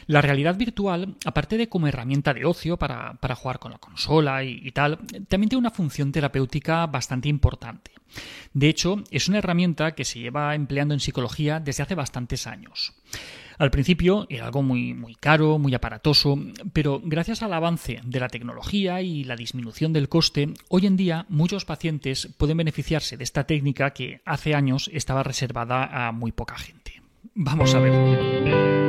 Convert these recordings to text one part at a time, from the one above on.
La realidad virtual, aparte de como herramienta de ocio para jugar con la consola y tal, también tiene una función terapéutica bastante importante. De hecho, es una herramienta que se lleva empleando en psicología desde hace bastantes años. Al principio era algo muy caro, muy aparatoso, pero gracias al avance de la tecnología y la disminución del coste, hoy en día muchos pacientes pueden beneficiarse de esta técnica que hace años estaba reservada a muy poca gente. Vamos a ver.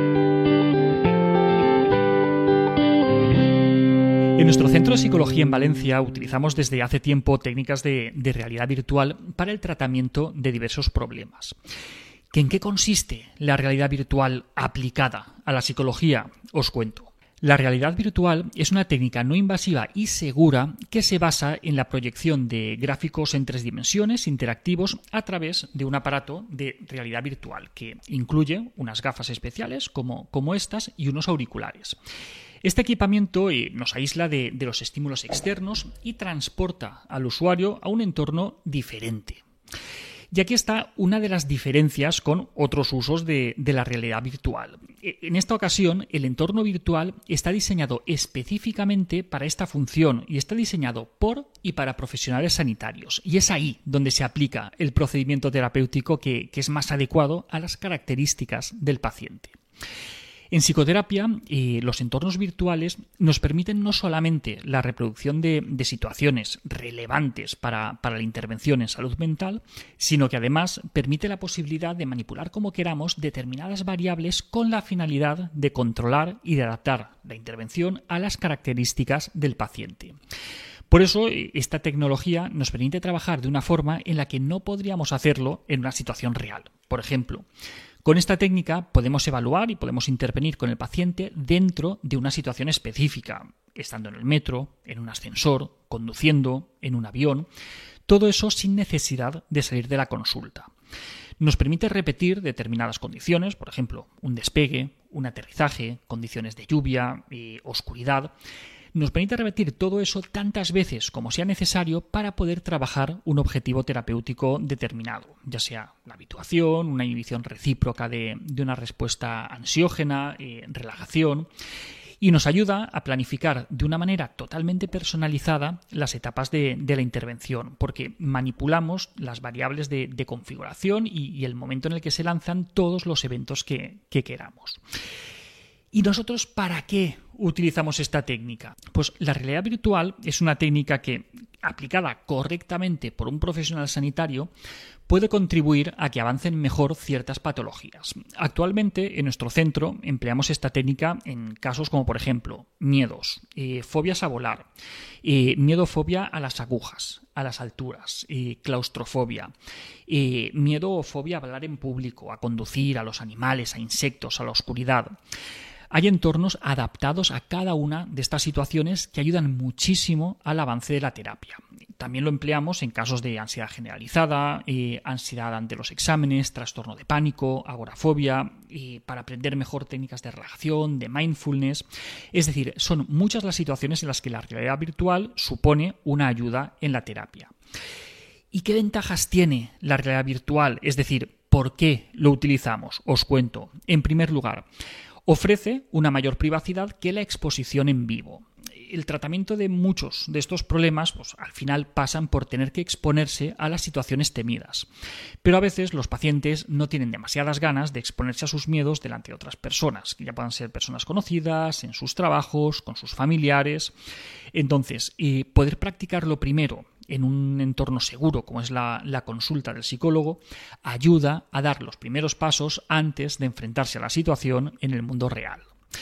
En nuestro centro de psicología en Valencia utilizamos desde hace tiempo técnicas de realidad virtual para el tratamiento de diversos problemas. ¿En qué consiste la realidad virtual aplicada a la psicología? Os cuento. La realidad virtual es una técnica no invasiva y segura que se basa en la proyección de gráficos en 3 dimensiones interactivos a través de un aparato de realidad virtual que incluye unas gafas especiales como estas y unos auriculares. Este equipamiento nos aísla de los estímulos externos y transporta al usuario a un entorno diferente. Y aquí está una de las diferencias con otros usos de la realidad virtual. En esta ocasión, el entorno virtual está diseñado específicamente para esta función y está diseñado por y para profesionales sanitarios. Y es ahí donde se aplica el procedimiento terapéutico que es más adecuado a las características del paciente. En psicoterapia, los entornos virtuales nos permiten no solamente la reproducción de situaciones relevantes para la intervención en salud mental, sino que además permite la posibilidad de manipular como queramos determinadas variables con la finalidad de controlar y de adaptar la intervención a las características del paciente. Por eso, esta tecnología nos permite trabajar de una forma en la que no podríamos hacerlo en una situación real. Por ejemplo, con esta técnica podemos evaluar y podemos intervenir con el paciente dentro de una situación específica, estando en el metro, en un ascensor, conduciendo, en un avión, todo eso sin necesidad de salir de la consulta. Nos permite repetir determinadas condiciones, por ejemplo, un despegue, un aterrizaje, condiciones de lluvia, oscuridad. Nos permite repetir todo eso tantas veces como sea necesario para poder trabajar un objetivo terapéutico determinado, ya sea la habituación, una inhibición recíproca de una respuesta ansiógena, relajación, y nos ayuda a planificar de una manera totalmente personalizada las etapas de la intervención, porque manipulamos las variables de configuración y el momento en el que se lanzan todos los eventos que queramos. ¿Y nosotros para qué utilizamos esta técnica? Pues la realidad virtual es una técnica que, aplicada correctamente por un profesional sanitario, puede contribuir a que avancen mejor ciertas patologías. Actualmente, en nuestro centro, empleamos esta técnica en casos como, por ejemplo, miedos, fobias a volar, miedo-fobia a las agujas, a las alturas, claustrofobia, miedo o fobia a hablar en público, a conducir, a los animales, a insectos, a la oscuridad. Hay entornos adaptados a cada una de estas situaciones que ayudan muchísimo al avance de la terapia. También lo empleamos en casos de ansiedad generalizada, ansiedad ante los exámenes, trastorno de pánico, agorafobia, para aprender mejor técnicas de relajación, de mindfulness. Es decir, son muchas las situaciones en las que la realidad virtual supone una ayuda en la terapia. ¿Y qué ventajas tiene la realidad virtual? Es decir, ¿por qué lo utilizamos? Os cuento. En primer lugar, ofrece una mayor privacidad que la exposición en vivo. El tratamiento de muchos de estos problemas, pues, al final pasan por tener que exponerse a las situaciones temidas. Pero a veces los pacientes no tienen demasiadas ganas de exponerse a sus miedos delante de otras personas, que ya puedan ser personas conocidas, en sus trabajos, con sus familiares. Entonces, poder practicarlo primero en un entorno seguro, como es la consulta del psicólogo, ayuda a dar los primeros pasos antes de enfrentarse a la situación en el mundo real.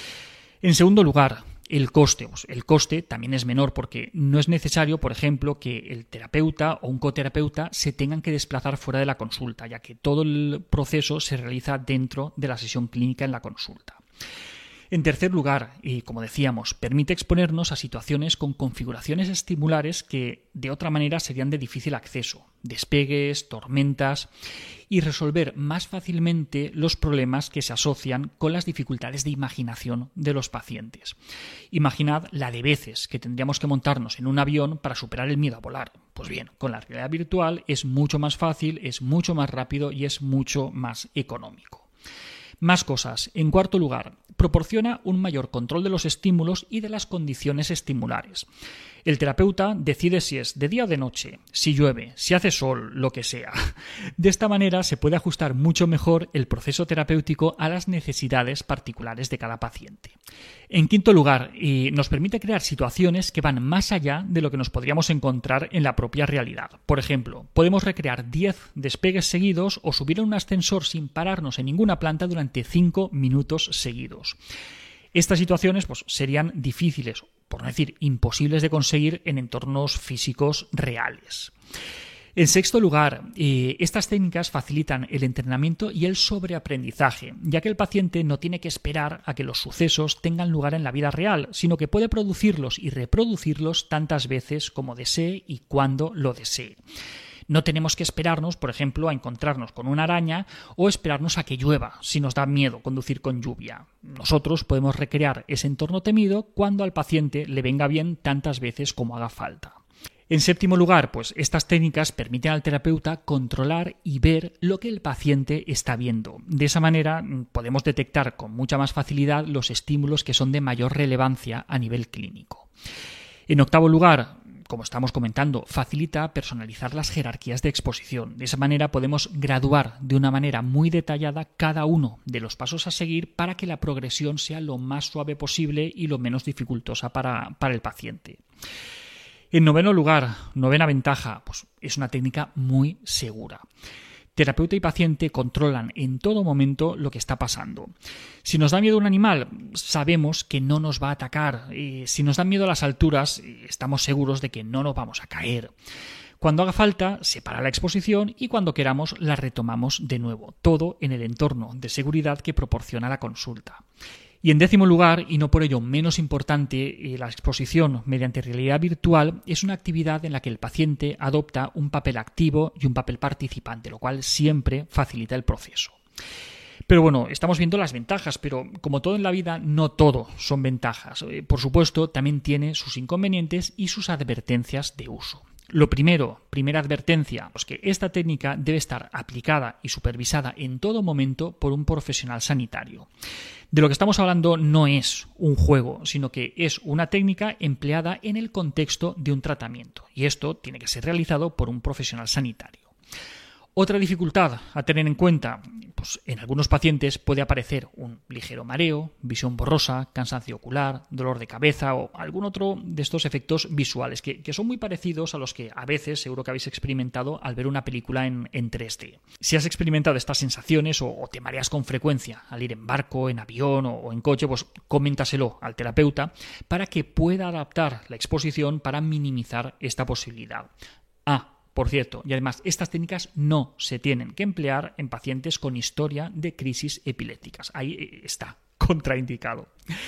En segundo lugar, el coste. El coste también es menor porque no es necesario, por ejemplo, que el terapeuta o un coterapeuta se tengan que desplazar fuera de la consulta, ya que todo el proceso se realiza dentro de la sesión clínica en la consulta. En tercer lugar, y como decíamos, permite exponernos a situaciones con configuraciones estimulares que de otra manera serían de difícil acceso, despegues, tormentas, y resolver más fácilmente los problemas que se asocian con las dificultades de imaginación de los pacientes. Imaginad la de veces que tendríamos que montarnos en un avión para superar el miedo a volar. Pues bien, con la realidad virtual es mucho más fácil, es mucho más rápido y es mucho más económico. Más cosas. En cuarto lugar, proporciona un mayor control de los estímulos y de las condiciones estimulares. El terapeuta decide si es de día o de noche, si llueve, si hace sol, lo que sea. De esta manera se puede ajustar mucho mejor el proceso terapéutico a las necesidades particulares de cada paciente. En quinto lugar, nos permite crear situaciones que van más allá de lo que nos podríamos encontrar en la propia realidad. Por ejemplo, podemos recrear 10 despegues seguidos o subir en un ascensor sin pararnos en ninguna planta durante 5 minutos seguidos. Estas situaciones serían difíciles, por no decir imposibles de conseguir en entornos físicos reales. En sexto lugar, estas técnicas facilitan el entrenamiento y el sobreaprendizaje, ya que el paciente no tiene que esperar a que los sucesos tengan lugar en la vida real, sino que puede producirlos y reproducirlos tantas veces como desee y cuando lo desee. No tenemos que esperarnos, por ejemplo, a encontrarnos con una araña o esperarnos a que llueva, si nos da miedo conducir con lluvia. Nosotros podemos recrear ese entorno temido cuando al paciente le venga bien tantas veces como haga falta. En séptimo lugar, estas técnicas permiten al terapeuta controlar y ver lo que el paciente está viendo. De esa manera podemos detectar con mucha más facilidad los estímulos que son de mayor relevancia a nivel clínico. En octavo lugar, como estamos comentando, facilita personalizar las jerarquías de exposición. De esa manera podemos graduar de una manera muy detallada cada uno de los pasos a seguir para que la progresión sea lo más suave posible y lo menos dificultosa para el paciente. En noveno lugar, novena ventaja, es una técnica muy segura. Terapeuta y paciente controlan en todo momento lo que está pasando. Si nos da miedo un animal, sabemos que no nos va a atacar. Si nos dan miedo las alturas, estamos seguros de que no nos vamos a caer. Cuando haga falta, se para la exposición y cuando queramos la retomamos de nuevo. Todo en el entorno de seguridad que proporciona la consulta. Y en décimo lugar, y no por ello menos importante, la exposición mediante realidad virtual es una actividad en la que el paciente adopta un papel activo y un papel participante, lo cual siempre facilita el proceso. Pero bueno, estamos viendo las ventajas, pero como todo en la vida, no todo son ventajas. Por supuesto, también tiene sus inconvenientes y sus advertencias de uso. Primera advertencia, que esta técnica debe estar aplicada y supervisada en todo momento por un profesional sanitario. De lo que estamos hablando no es un juego, sino que es una técnica empleada en el contexto de un tratamiento, y esto tiene que ser realizado por un profesional sanitario. Otra dificultad a tener en cuenta, en algunos pacientes puede aparecer un ligero mareo, visión borrosa, cansancio ocular, dolor de cabeza o algún otro de estos efectos visuales que son muy parecidos a los que a veces seguro que habéis experimentado al ver una película en 3D. Si has experimentado estas sensaciones o te mareas con frecuencia al ir en barco, en avión o en coche, coméntaselo al terapeuta para que pueda adaptar la exposición para minimizar esta posibilidad. Por cierto, y además, estas técnicas no se tienen que emplear en pacientes con historia de crisis epilépticas. Ahí está, contraindicado.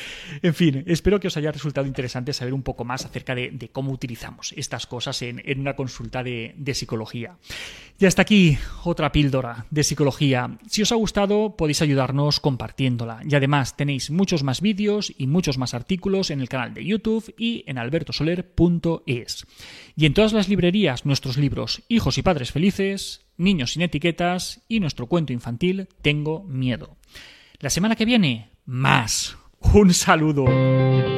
En fin, espero que os haya resultado interesante saber un poco más acerca de cómo utilizamos estas cosas en una consulta de psicología. Y hasta aquí otra píldora de psicología. Si os ha gustado, podéis ayudarnos compartiéndola. Y además tenéis muchos más vídeos y muchos más artículos en el canal de YouTube y en albertosoler.es. Y en todas las librerías nuestros libros Hijos y Padres Felices, Niños sin Etiquetas y nuestro cuento infantil Tengo Miedo. La semana que viene, más. Un saludo.